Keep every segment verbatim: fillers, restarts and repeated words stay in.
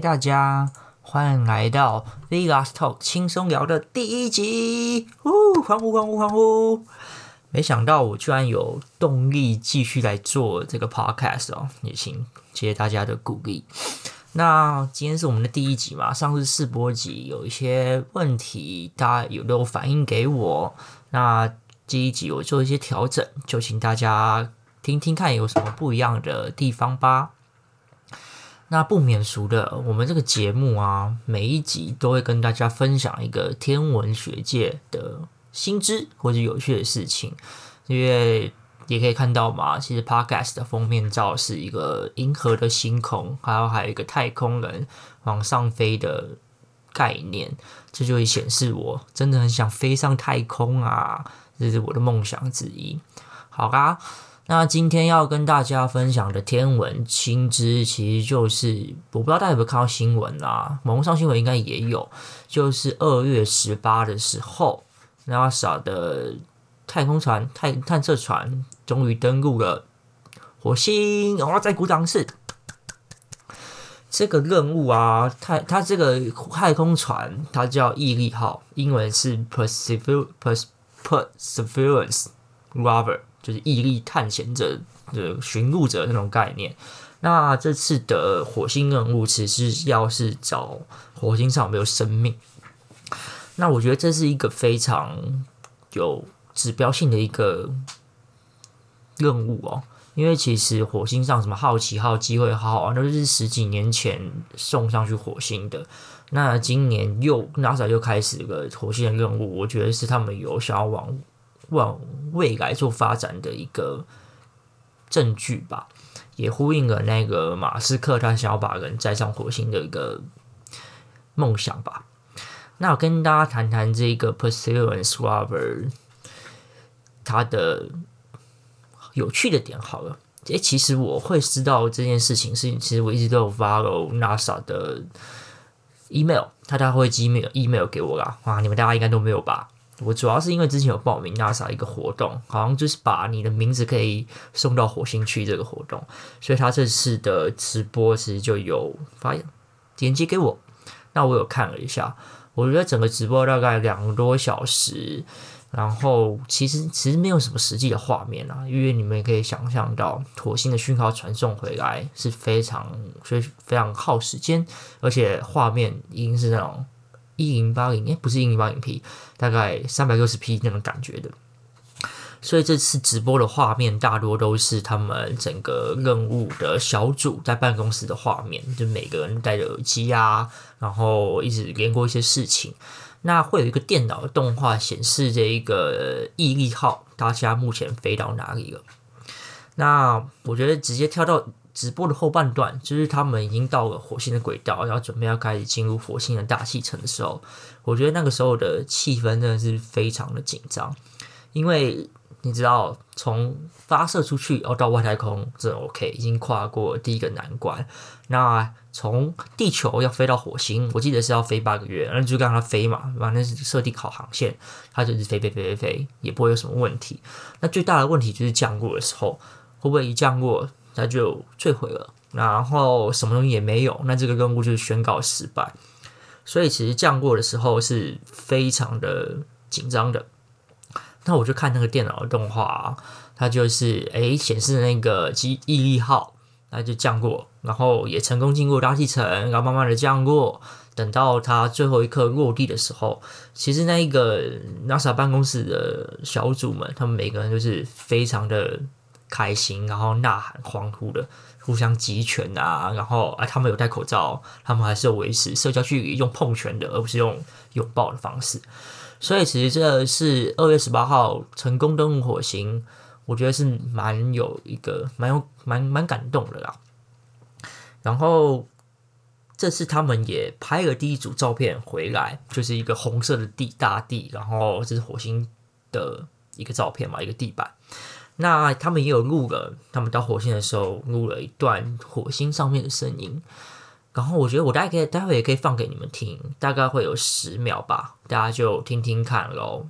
大家，欢迎来到 V Last Talk 轻松聊的第一集，呼，欢呼欢呼欢呼！没想到我居然有动力继续来做这个 podcast 哦，也请谢谢大家的鼓励。那今天是我们的第一集嘛，上次试播集有一些问题，大家有都有反映给我，那这一集我做一些调整，就请大家听听看有什么不一样的地方吧。那不免俗的，我们这个节目啊，每一集都会跟大家分享一个天文学界的新知或者有趣的事情，因为也可以看到嘛，其实 Podcast 的封面照是一个银河的星空，还有还有一个太空人往上飞的概念，这就会显示我真的很想飞上太空啊，这是我的梦想之一。好啦，那今天要跟大家分享的天文新知，其实就是我不知道大家有没有看到新闻啦，网络上新闻应该也有，就是二月十八的时候 ，NASA 的太空船、太探测船终于登陆了火星，然后再鼓掌是这个任务啊，它它这个太空船它叫毅力号，英文是 Perseverance Rover。就是毅力探险者的寻路者那种概念。那这次的火星任务其实是要是找火星上有没有生命。那我觉得这是一个非常有指标性的一个任务哦，因为其实火星上什么好奇号、机会号啊，那就是十几年前送上去火星的。那今年又 NASA 又开始了火星的任务，我觉得是他们有想要往往未来做发展的一个证据吧，也呼应了那个马斯克他想要把人载上火星的一个梦想吧。那我跟大家谈谈这个 Perseverance Rover 它的有趣的点好了。诶，其实我会知道这件事情是，其实我一直都有 follow NASA 的 email， 他他会寄 email email 给我啦。哇，你们大家应该都没有吧？我主要是因为之前有报名 NASA 一个活动，好像就是把你的名字可以送到火星去这个活动，所以他这次的直播其实就有发连接给我，那我有看了一下，我觉得整个直播大概两个多小时，然后其实其实没有什么实际的画面啊，因为你们也可以想象到火星的讯号传送回来是非常所以非常耗时间，而且画面已经是那种一零八零，哎，不是一零八零 P， 大概三百六十 P 那种感觉的。所以这次直播的画面大多都是他们整个任务的小组在办公室的画面，就每个人戴着耳机啊，然后一直连过一些事情。那会有一个电脑的动画显示这一个毅力号大家目前飞到哪里了。那我觉得直接跳到直播的后半段，就是他们已经到了火星的轨道，然后准备要开始进入火星的大气层的时候，我觉得那个时候的气氛真的是非常的紧张，因为你知道从发射出去到外太空这 OK 已经跨过第一个难关，那从地球要飞到火星，我记得是要飞八个月，那就让它飞嘛，反正是设定好航线，它就是飞飞飞飞飞，也不会有什么问题。那最大的问题就是降落的时候，会不会一降落它就坠毁了，然后什么东西也没有，那这个任务就是宣告失败。所以其实降落的时候是非常的紧张的。那我就看那个电脑的动画啊，它就是诶显示那个毅力号，那就降落，然后也成功进入大气层，然后慢慢的降落。等到它最后一刻落地的时候，其实那一个 NASA 办公室的小组们，他们每个人就是非常的开心，然后呐喊欢呼的，互相击拳啊，然后啊，他们有戴口罩，他们还是有维持社交距离，用碰拳的，而不是用拥抱的方式。所以其实这是二月十八号成功登陆火星，我觉得是蛮有一个蛮有蛮蛮感动的啦。然后这次他们也拍了第一组照片回来，就是一个红色的地大地，然后这是火星的一个照片嘛，一个地板。那他们也有录了，他们到火星的时候录了一段火星上面的声音，然后我觉得我大概可以待会也可以放给你们听，大概会有十秒吧，大家就听听看咯。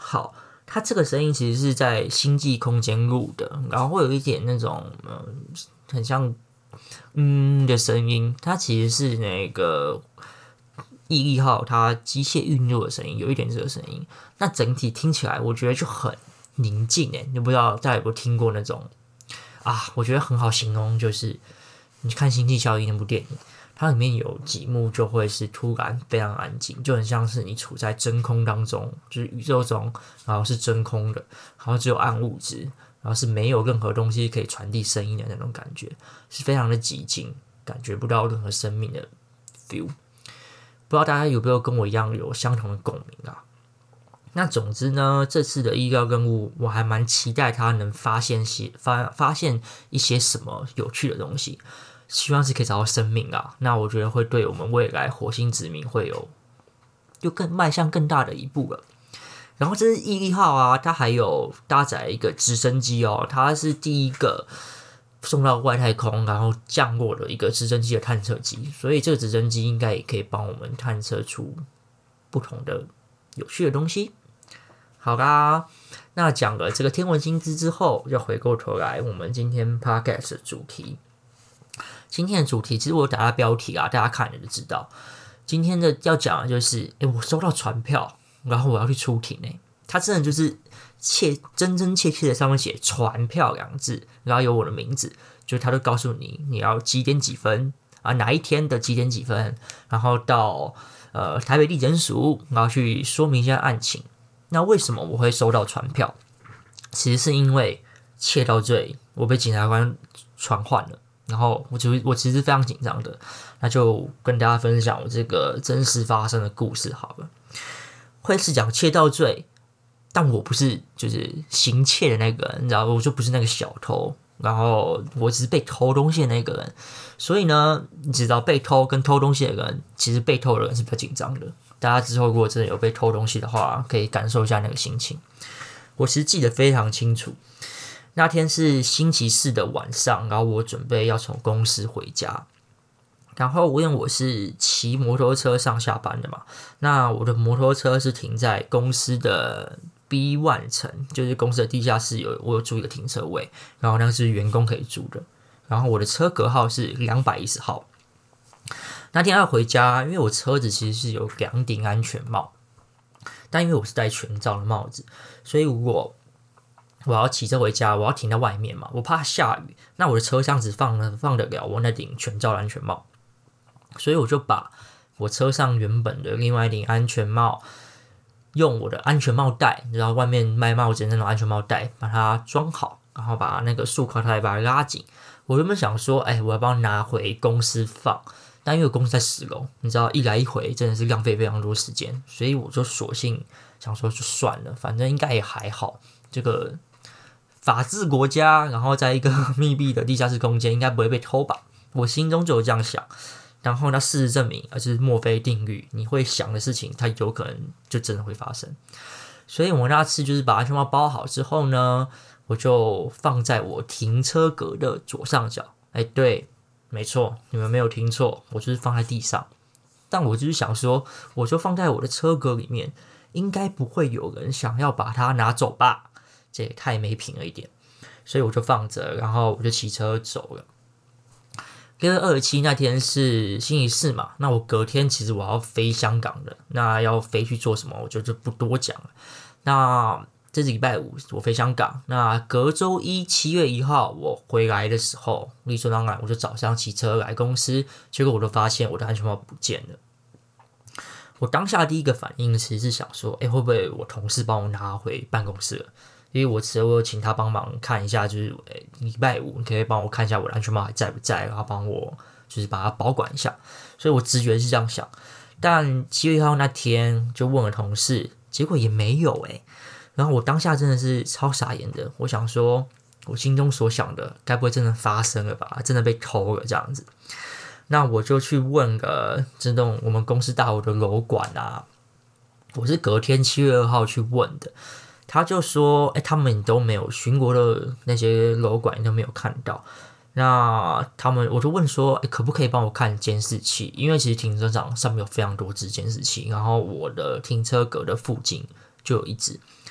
好，它这个声音其实是在星际空间录的，然后会有一点那种呃，很像嗯的声音，它其实是那个毅力号它机械运作的声音，有一点这个声音。那整体听起来，我觉得就很宁静诶，你不知道大家有没有听过那种啊？我觉得很好形容，就是你看《星际效应》那部电影。它里面有几幕就会是突然非常安静，就很像是你处在真空当中，就是宇宙中，然后是真空的，然后只有暗物质，然后是没有任何东西可以传递声音的那种感觉，是非常的寂静，感觉不到任何生命的 feel。不知道大家有没有跟我一样有相同的共鸣啊？那总之呢，这次的医疗任务，我还蛮期待它能发现些发发现一些什么有趣的东西。希望是可以找到生命啊，那我觉得会对我们未来火星殖民会有就更迈向更大的一步了。然后这是毅力号啊，它还有搭载一个直升机哦，它是第一个送到外太空然后降落的一个直升机的探测机，所以这个直升机应该也可以帮我们探测出不同的有趣的东西。好啦，那讲了这个天文新知之后，就回过头来我们今天 podcast 的主题。今天的主题其实我有打下标题啊，大家看了就知道。今天的要讲的就是，哎，我收到传票，然后我要去出庭诶。它真的就是切真真切切的上面写传票两字，然后有我的名字，就他都告诉你你要几点几分啊，哪一天的几点几分，然后到呃台北地检署，然后去说明一下案情。那为什么我会收到传票？其实是因为窃盗罪，我被检察官传唤了。然后我就我其实非常紧张的，那就跟大家分享我这个真实发生的故事好了。会是讲窃盗罪，但我不是就是行窃的那个人，你知道，我就不是那个小偷，然后我只是被偷东西的那个人。所以呢，你知道被偷跟偷东西的人，其实被偷的人是比较紧张的。大家之后如果真的有被偷东西的话，可以感受一下那个心情。我其实记得非常清楚。那天是星期四的晚上，然后我准备要从公司回家，然后因为我是骑摩托车上下班的嘛，那我的摩托车是停在公司的 B 一 层，就是公司的地下室有我有租一个停车位，然后那个是员工可以租的，然后我的车格号是两百一十号。那天要回家，因为我车子其实是有两顶安全帽，但因为我是戴全罩的帽子，所以如果我要骑车回家，我要停在外面嘛，我怕下雨，那我的车厢只放了放得了我那顶全罩的安全帽，所以我就把我车上原本的另外一顶安全帽，用我的安全帽带，然后外面卖帽子的那种安全帽带，把它装好，然后把那个束口带把它拉紧。我原本想说，哎，我要帮它拿回公司放，但因为公司在十楼，你知道一来一回真的是浪费非常多时间，所以我就索性想说就算了，反正应该也还好，这个法治国家，然后在一个密闭的地下室空间，应该不会被偷吧？我心中就有这样想。然后那事实证明，而是墨菲定律，你会想的事情，它有可能就真的会发生。所以我那次就是把安全帽包好之后呢，我就放在我停车格的左上角。哎，对，没错，你们没有听错，我就是放在地上。但我就是想说，我就放在我的车格里面，应该不会有人想要把它拿走吧？这也太没品了一点，所以我就放着，然后我就骑车走了。六月二十七那天是星期四嘛，那我隔天其实我要飞香港的，那要飞去做什么，我就就不多讲了。那这是礼拜五我飞香港，那隔周一七月一号我回来的时候，理所当然我就早上骑车来公司，结果我就发现我的安全帽不见了。我当下第一个反应其实是想说，哎，会不会我同事帮我拿回办公室了？因为我其实我有请他帮忙看一下，就是礼拜五你可以帮我看一下我的安全帽还在不在，然后帮我就是把它保管一下。所以我直觉是这样想。但七月一号那天就问了同事，结果也没有诶、欸。然后我当下真的是超傻眼的，我想说，我心中所想的，该不会真的发生了吧？真的被偷了这样子。那我就去问个这种我们公司大楼的楼管啊，我是隔天七月二号去问的。他就说，哎、欸，他们都没有巡逻的那些楼管都没有看到。那他们，我就问说，哎、欸，可不可以帮我看监视器？因为其实停车场上面有非常多支监视器，然后我的停车格的附近就有一支。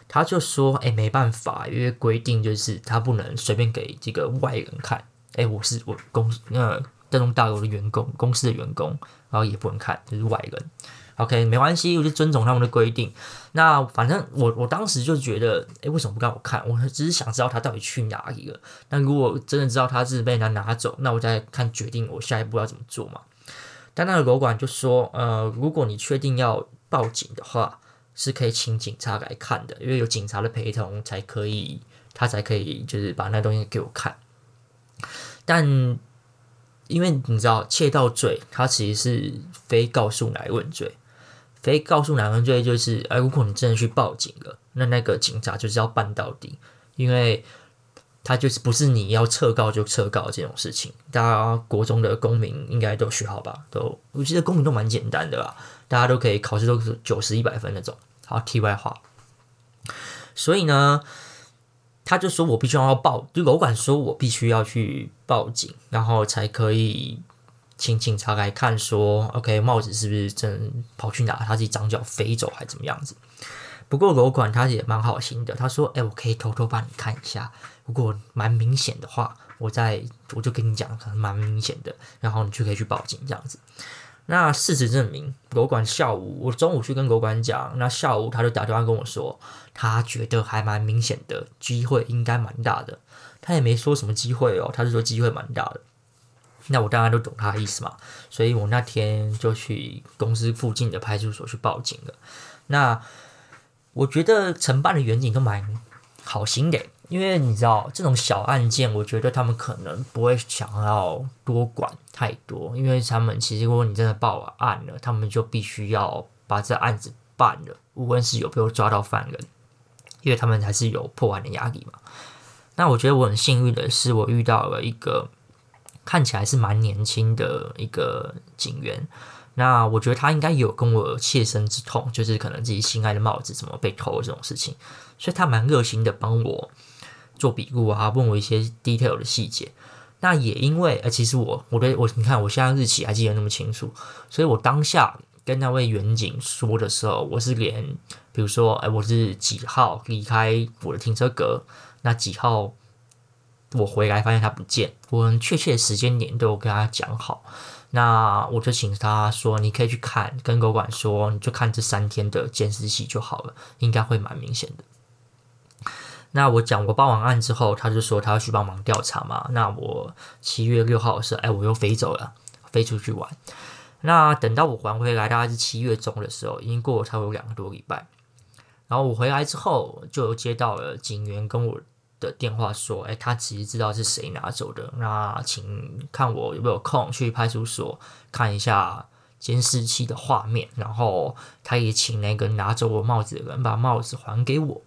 他就说：“哎、欸，没办法，因为规定就是他不能随便给这个外人看。哎、欸，我是我公呃这栋大楼的员工，公司的员工，然后也不能看，就是外人。OK， 没关系，我就遵从他们的规定。那反正我我当时就觉得，哎、欸，为什么不让我看？我只是想知道他到底去哪里了。那如果真的知道他是被人家拿走，那我再看决定我下一步要怎么做嘛。但那个楼管就说，呃，如果你确定要报警的话。”是可以请警察来看的，因为有警察的陪同才可以，他才可以就是把那东西给我看。但因为你知道窃盗罪，它其实是非告诉乃论罪，非告诉乃论罪就是，哎，如果你真的去报警了，那那个警察就是要办到底，因为他就是不是你要撤告就撤告这种事情。大家国中的公民应该都学好吧？都我记得公民都蛮简单的啦，大家都可以考试都是九十一百分那种。好，题外话，所以呢，他就说我必须要报，就楼管说我必须要去报警，然后才可以请警察来看说 ，OK， 帽子是不是真跑去哪？他自己长脚飞走还怎么样子？不过楼管他也蛮好心的，他说：“哎、欸，我可以偷偷帮你看一下，如果蛮明显的话，我再我就跟你讲，可能蛮明显的，然后你就可以去报警这样子。”那事实证明，楼管下午我中午去跟楼管讲，那下午他就打电话跟我说，他觉得还蛮明显的，机会应该蛮大的。他也没说什么机会哦，他就说机会蛮大的。那我当然都懂他的意思嘛，所以我那天就去公司附近的派出所去报警了。那我觉得承办的员警都蛮好心的，因为你知道这种小案件，我觉得他们可能不会想要多管太多，因为他们其实如果你真的报案了，他们就必须要把这案子办了，无论是有没有抓到犯人，因为他们还是有破案的压力嘛。那我觉得我很幸运的是，我遇到了一个看起来是蛮年轻的一个警员。那我觉得他应该有跟我切身之痛，就是可能自己心爱的帽子怎么被偷这种事情，所以他蛮热心的帮我做笔录啊，问我一些 detail 的细节。那也因为，呃，其实我我的我你看我现在日期还记得那么清楚，所以我当下跟那位员警说的时候，我是连比如说，哎，我是几号离开我的停车格，那几号我回来发现他不见，我很确切的时间点都有跟他讲好。那我就请他说，你可以去看，跟楼管说，你就看这三天的监视器就好了，应该会蛮明显的。那我讲我报完案之后，他就说他要去帮忙调查嘛。那我七月六号的时候，哎，我又飞走了，飞出去玩。那等到我还回来，大概是七月中的时候，已经过了差不多两个多礼拜。然后我回来之后，就有接到了警员跟我的电话说，哎，他其实知道是谁拿走的，那请看我有没有空去派出所看一下监视器的画面，然后他也请那个拿走我帽子的人把帽子还给我。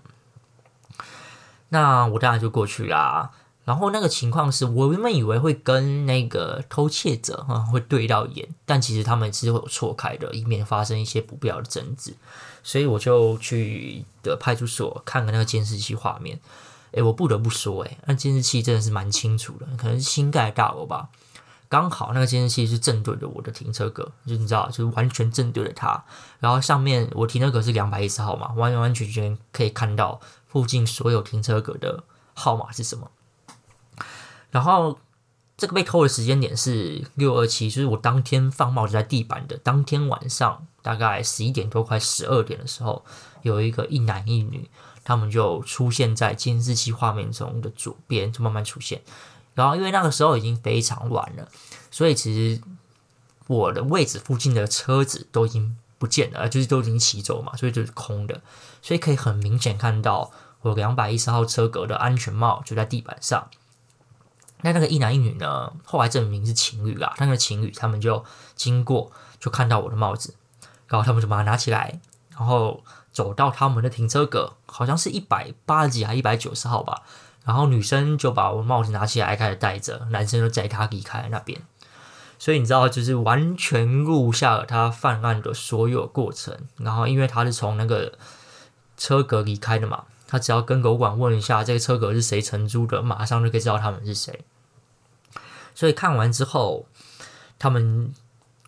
那我当然就过去啦。然后那个情况是我原本以为会跟那个偷窃者、嗯、会对到眼，但其实他们是会有错开的，以免发生一些不必要的争执。所以我就去的派出所看了那个监视器画面。诶，我不得不说，诶，那监视器真的是蛮清楚的，可能是新盖大楼吧。刚好那个监视器是正对着我的停车格，就你知道，就是完全正对着它。然后上面我停车格是两百一十号嘛，完完全全可以看到附近所有停车格的号码是什么。然后这个被偷的时间点是六二七，就是我当天放帽子在地板的当天晚上，大概十一点多快十二点的时候，有一个一男一女，他们就出现在监视器画面中的左边，就慢慢出现。然后因为那个时候已经非常晚了，所以其实我的位置附近的车子都已经不见了，就是都已经骑走嘛，所以就是空的，所以可以很明显看到我两百一十号车格的安全帽就在地板上。那那个一男一女呢，后来证明是情侣啦，那个情侣他们就经过，就看到我的帽子，然后他们就把它拿起来，然后走到他们的停车格，好像是一百八十几还一百九十号吧。然后女生就把我帽子拿起来开始戴着，男生就载他离开了那边。所以你知道，就是完全录下了他犯案的所有过程。然后因为他是从那个车格离开的嘛，他只要跟楼管问一下这个车格是谁承租的，马上就可以知道他们是谁。所以看完之后，他们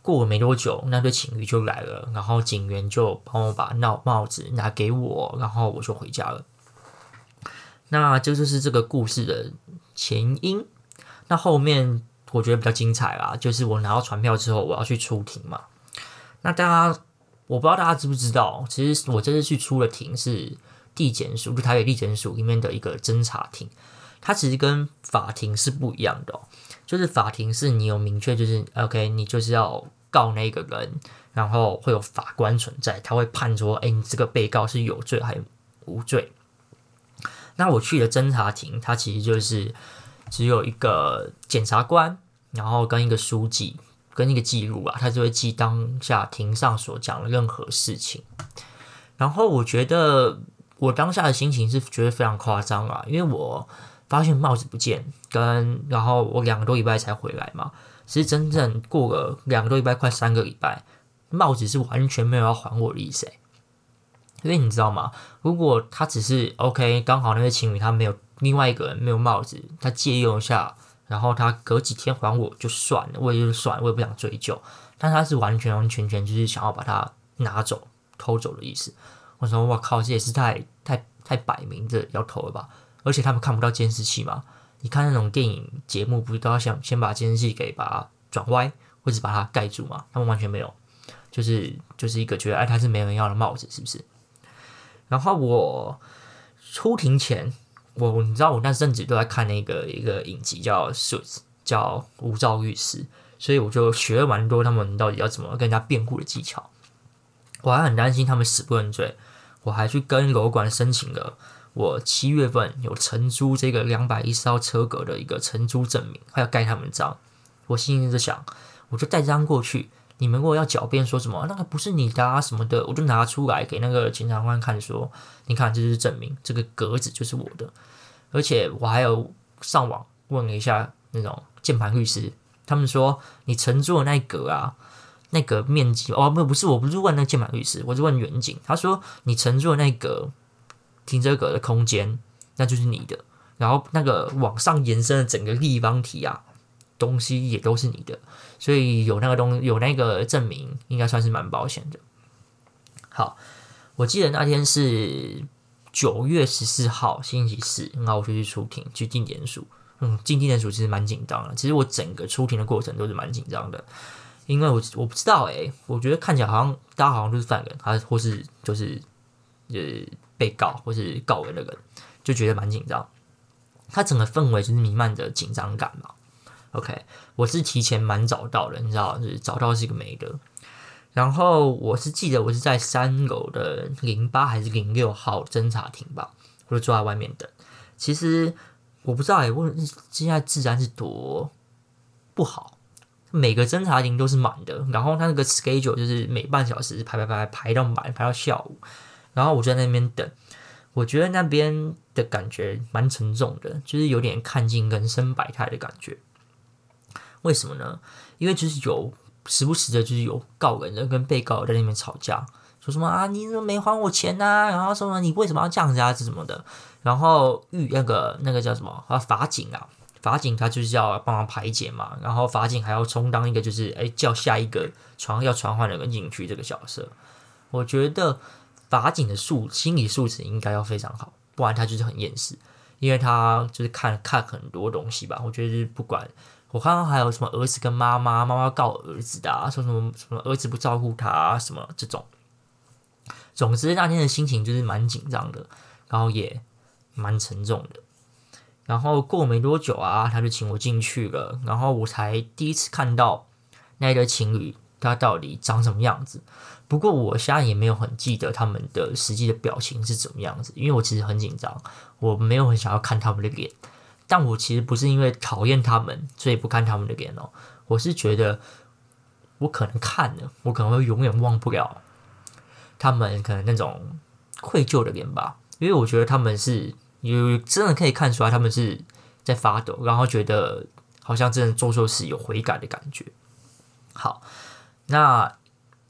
过了没多久，那对情侣就来了，然后警员就帮我把帽帽子拿给我，然后我就回家了。那这就是这个故事的前因。那后面我觉得比较精彩啦，就是我拿到传票之后，我要去出庭嘛。那大家，我不知道大家知不知道，其实我这次去出的庭是地检署，就台北地检署里面的一个侦查庭。它其实跟法庭是不一样的哦，就是法庭是你有明确，就是 OK， 你就是要告那个人，然后会有法官存在，他会判说，哎，你这个被告是有罪还是无罪。那我去的侦查庭，它其实就是只有一个检察官，然后跟一个书记，跟一个记录啊，他就会记当下庭上所讲的任何事情。然后我觉得我当下的心情是觉得非常夸张啊，因为我发现帽子不见，跟然后我两个多礼拜才回来嘛，其实真正过了两个多礼拜，快三个礼拜，帽子是完全没有要还我的意思欸。因为你知道吗？如果他只是 OK， 刚好那对情侣他没有另外一个人没有帽子，他借用一下，然后他隔几天还我就算了，我也就算了，我也不想追究。但他是完全完全全就是想要把它拿走、偷走的意思。我说哇靠，这也是太太太摆明的要偷了吧？而且他们看不到监视器嘛？你看那种电影节目，不是都要想先把监视器给把它转歪，或者把它盖住嘛？他们完全没有，就是就是一个觉得哎，他是没人要的帽子，是不是？然后我出庭前，我你知道我那阵子都在看那个一个影集叫《Suits》，叫《无照律师》，所以我就学了蛮多他们到底要怎么跟人家辩护的技巧。我还很担心他们死不认罪，我还去跟楼管申请了我七月份有承租这个两百一十号车格的一个承租证明，还要盖他们章。我心里就想，我就带这张过去。你们如果要狡辩说什么那个不是你的啊什么的，我就拿出来给那个检察官看说，你看这就是证明，这个格子就是我的。而且我还有上网问了一下那种键盘律师，他们说你承租的那一格啊，那个面积哦不不是，我不是问那个键盘律师，我是问远景，他说你承租的那一格停车格的空间那就是你的，然后那个往上延伸的整个立方体啊。东西也都是你的，所以有那个东有那个证明，应该算是蛮保险的。好，我记得那天是九月十四号星期四，然后我就去出庭，去进检署。嗯，进地检署其实蛮紧张的，其实我整个出庭的过程都是蛮紧张的，因为我我不知道哎、欸，我觉得看起来好像大家好像都是犯人，还或是就是呃被告或是告人的人，就觉得蛮紧张。它整个氛围就是弥漫着紧张感嘛。OK， 我是提前蛮早到的，你知道，就是早到是一个美德。然后我是记得我是在三楼的零八还是零六号侦查庭吧，我就坐在外面等。其实我不知道哎、欸，我现在治安是多不好，每个侦查庭都是满的，然后他那个 schedule 就是每半小时排排排排到满，排到下午。然后我就在那边等，我觉得那边的感觉蛮沉重的，就是有点看尽人生百态的感觉。为什么呢？因为就是有时不时的，就是有告人的跟被告在那边吵架，说什么啊，你怎么没还我钱啊？然后说什么你为什么要这样子啊？这什么的。然后遇那个那个叫什么啊？法警啊，法警他就是要帮忙排解嘛。然后法警还要充当一个就是哎叫下一个传要传唤的人进去这个角色。我觉得法警的素心理素质应该要非常好，不然他就是很厌世，因为他就是看看很多东西吧。我觉得就是不管。我看到还有什么儿子跟妈妈，妈妈告儿子的、啊，说什么什么儿子不照顾他、啊，什么这种。总之那天的心情就是蛮紧张的，然后也蛮沉重的。然后过没多久啊，他就请我进去了，然后我才第一次看到那一对情侣他到底长什么样子。不过我现在也没有很记得他们的实际的表情是怎么样子，因为我其实很紧张，我没有很想要看他们的脸。但我其实不是因为讨厌他们，所以不看他们的脸哦。我是觉得，我可能看了，我可能会永远忘不了他们可能那种愧疚的脸吧。因为我觉得他们是有真的可以看出来，他们是在发抖，然后觉得好像真的做错事有悔改的感觉。好，那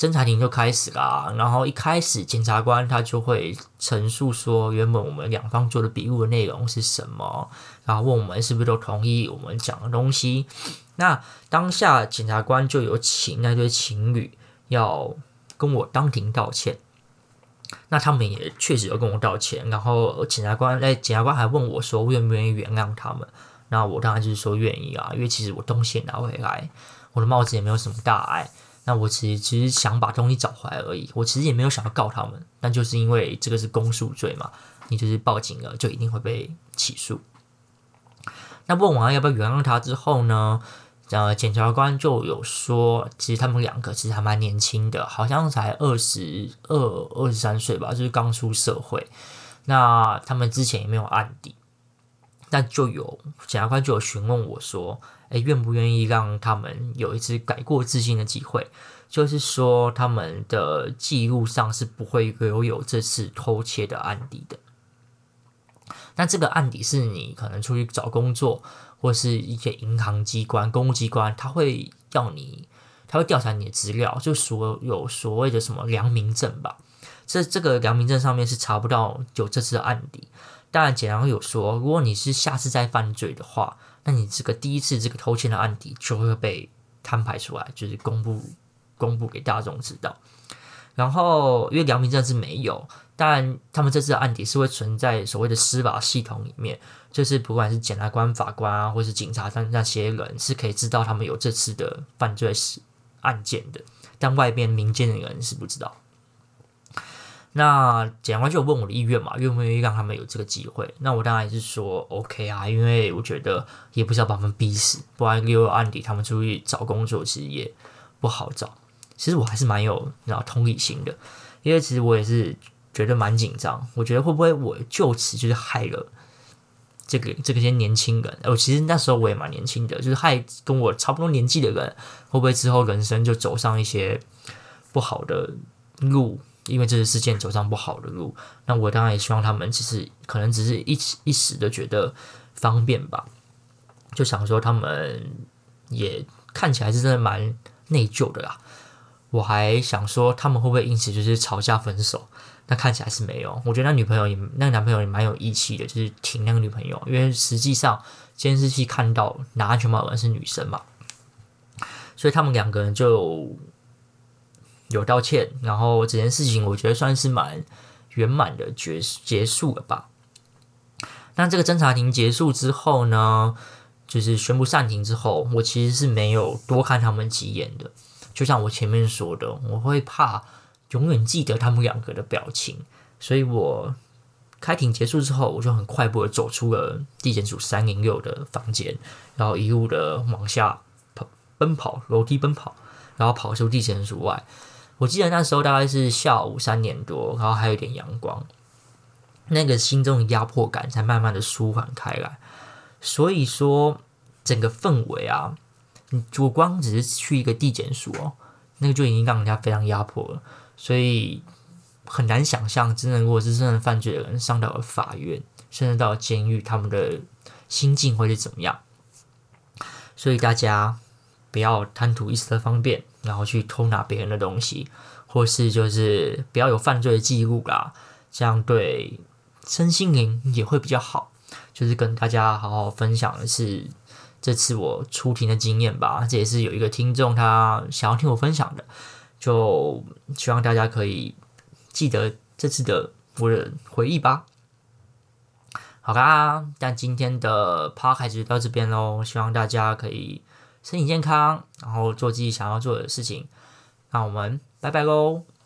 侦查庭就开始啦，然后一开始检察官他就会陈述说，原本我们两方做的笔录的内容是什么，然后问我们是不是都同意我们讲的东西。那当下检察官就有请那对情侣要跟我当庭道歉，那他们也确实有跟我道歉，然后检察官哎，检察官还问我说愿不愿意原谅他们，那我当然就是说愿意啊，因为其实我东西也拿回来，我的帽子也没有什么大碍。那我其实只是想把东西找回来而已，我其实也没有想要告他们，但就是因为这个是公诉罪嘛，你就是报警了就一定会被起诉。那问完要不要原谅他之后呢，呃，检察官就有说，其实他们两个其实还蛮年轻的，好像才二十二、二十三岁吧，就是刚出社会。那他们之前也没有案底，但就有检察官就有询问我说，哎，愿不愿意让他们有一次改过自新的机会？就是说，他们的记录上是不会留有这次偷窃的案底的。那这个案底是你可能出去找工作，或是一些银行机关、公务机关，他会要你，他会调查你的资料，就所有所谓的什么良民证吧。这这个良民证上面是查不到有这次的案底。当然，检察官有说，如果你是下次再犯罪的话，那你这个第一次这个偷窃的案底就会被摊排出来，就是公布公布给大众知道。然后，因为良民证是没有，当然他们这次的案底是会存在所谓的司法系统里面，就是不管是检察官、法官啊，或是警察那些人是可以知道他们有这次的犯罪案件的，但外边民间的人是不知道。那检察官就有问我的意愿嘛，愿不愿意让他们有这个机会？那我当然也是说 OK 啊，因为我觉得也不是要把他们逼死，不然留有案底，他们出去找工作其实也不好找。其实我还是蛮有然后同理心的，因为其实我也是觉得蛮紧张，我觉得会不会我就此就是害了这个这个些年轻人？我其实那时候我也蛮年轻的，就是害跟我差不多年纪的人，会不会之后人生就走上一些不好的路？因为这次事件走上不好的路，那我当然也希望他们其实可能只是一一时的觉得方便吧，就想说他们也看起来是真的蛮内疚的啦。我还想说他们会不会因此就是吵架分手，那看起来是没有。我觉得那女朋友也那个男朋友也蛮有义气的，就是挺那个女朋友，因为实际上监视器看到拿安全帽的人是女生嘛，所以他们两个人就有道歉，然后这件事情我觉得算是蛮圆满的结结束了吧。那这个侦查庭结束之后呢，就是宣布散庭之后，我其实是没有多看他们几眼的。就像我前面说的，我会怕永远记得他们两个的表情，所以我开庭结束之后，我就很快步的走出了地检署三零六的房间，然后一路的往下跑奔跑，楼梯奔跑，然后跑出地检署外。我记得那时候大概是下午三点多，然后还有一点阳光，那个心中的压迫感才慢慢的舒缓开来。所以说，整个氛围啊，我光只是去一个地检署哦，那个就已经让人家非常压迫了。所以很难想象，真的如果是真的犯罪的人上到了法院，甚至到了监狱，他们的心境会是怎么样？所以大家不要贪图一时的方便，然后去偷拿别人的东西，或是就是不要有犯罪的记录啦，这样对身心灵也会比较好。就是跟大家好好分享的是这次我出庭的经验吧，这也是有一个听众他想要听我分享的，就希望大家可以记得这次的我的回忆吧。好啦，但今天的 podcast 就到这边咯，希望大家可以身体健康，然后做自己想要做的事情。那我们拜拜咯。